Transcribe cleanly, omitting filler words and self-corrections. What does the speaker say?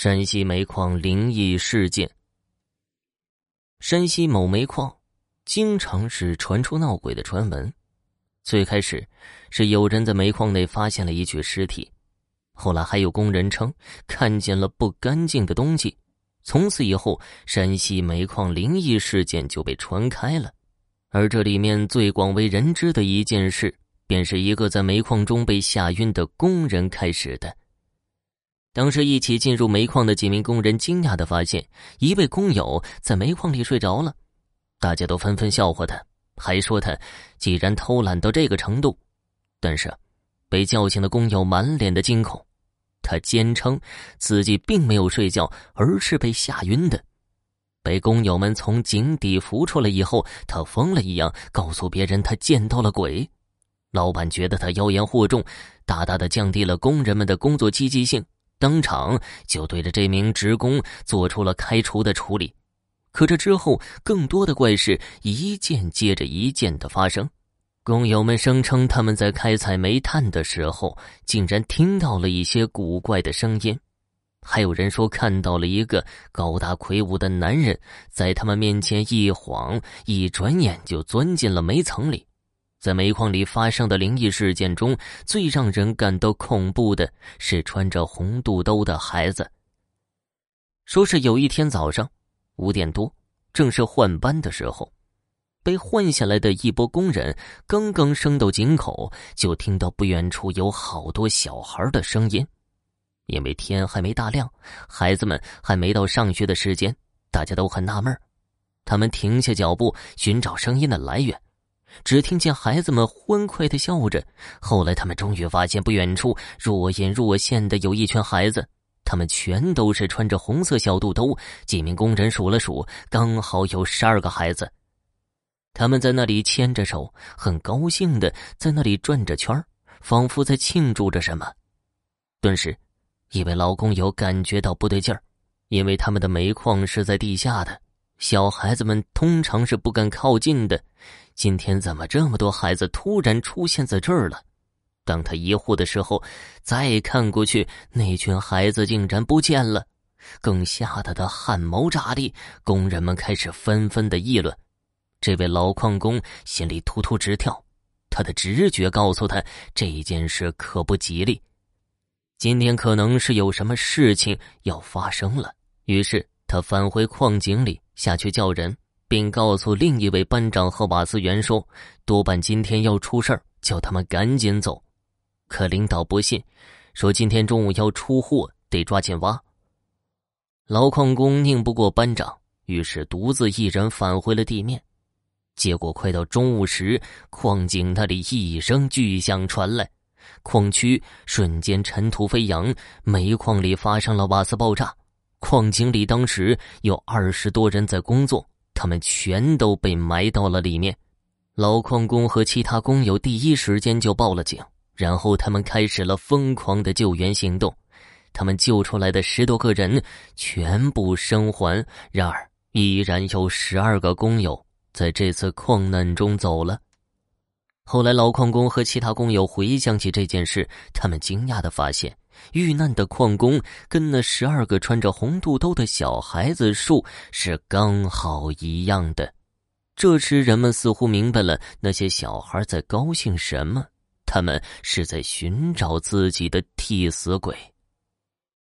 山西煤矿灵异事件。山西某煤矿经常是传出闹鬼的传闻。最开始是有人在煤矿内发现了一具尸体，后来还有工人称看见了不干净的东西。从此以后，山西煤矿灵异事件就被传开了。而这里面最广为人知的一件事，便是一个在煤矿中被吓晕的工人开始的。当时一起进入煤矿的几名工人惊讶地发现，一位工友在煤矿里睡着了。大家都纷纷笑话他，还说他既然偷懒到这个程度。但是被叫醒的工友满脸的惊恐，他坚称自己并没有睡觉，而是被吓晕的。被工友们从井底扶出来以后，他疯了一样告诉别人他见到了鬼。老板觉得他妖言惑众，大大的降低了工人们的工作积极性，当场就对着这名职工做出了开除的处理。可这之后，更多的怪事一件接着一件的发生。工友们声称他们在开采煤炭的时候，竟然听到了一些古怪的声音。还有人说看到了一个高大魁梧的男人在他们面前一晃一转眼就钻进了煤层里。在煤矿里发生的灵异事件中，最让人感到恐怖的是穿着红肚兜的孩子。说是有一天早上5点多，正是换班的时候，被换下来的一波工人刚刚升到井口，就听到不远处有好多小孩的声音。因为天还没大亮，孩子们还没到上学的时间，大家都很纳闷。他们停下脚步寻找声音的来源，只听见孩子们欢快地笑着。后来他们终于发现不远处若隐若现的有一群孩子，他们全都是穿着红色小肚兜。几名工人数了数，刚好有12个孩子。他们在那里牵着手，很高兴地在那里转着圈，仿佛在庆祝着什么。顿时一位老工友感觉到不对劲儿，因为他们的煤矿是在地下的，小孩子们通常是不敢靠近的，今天怎么这么多孩子突然出现在这儿了？当他疑惑的时候，再看过去，那群孩子竟然不见了，更吓得他汗毛炸立。工人们开始纷纷的议论。这位老矿工心里突突直跳，他的直觉告诉他这件事可不吉利，今天可能是有什么事情要发生了。于是他返回矿井里下去叫人，并告诉另一位班长和瓦斯员说，多半今天要出事儿，叫他们赶紧走。可领导不信，说今天中午要出货，得抓紧挖。老矿工拧不过班长，于是独自一人返回了地面。结果快到中午时，矿井那里一声巨响传来，矿区瞬间尘土飞扬，煤矿里发生了瓦斯爆炸。矿井里当时有20多人在工作，他们全都被埋到了里面。老矿工和其他工友第一时间就报了警，然后他们开始了疯狂的救援行动。他们救出来的10多个人全部生还，然而依然有12个工友在这次矿难中走了。后来老矿工和其他工友回想起这件事，他们惊讶地发现，遇难的矿工跟那12个穿着红肚兜的小孩子数是刚好一样的。这时人们似乎明白了那些小孩在高兴什么，他们是在寻找自己的替死鬼。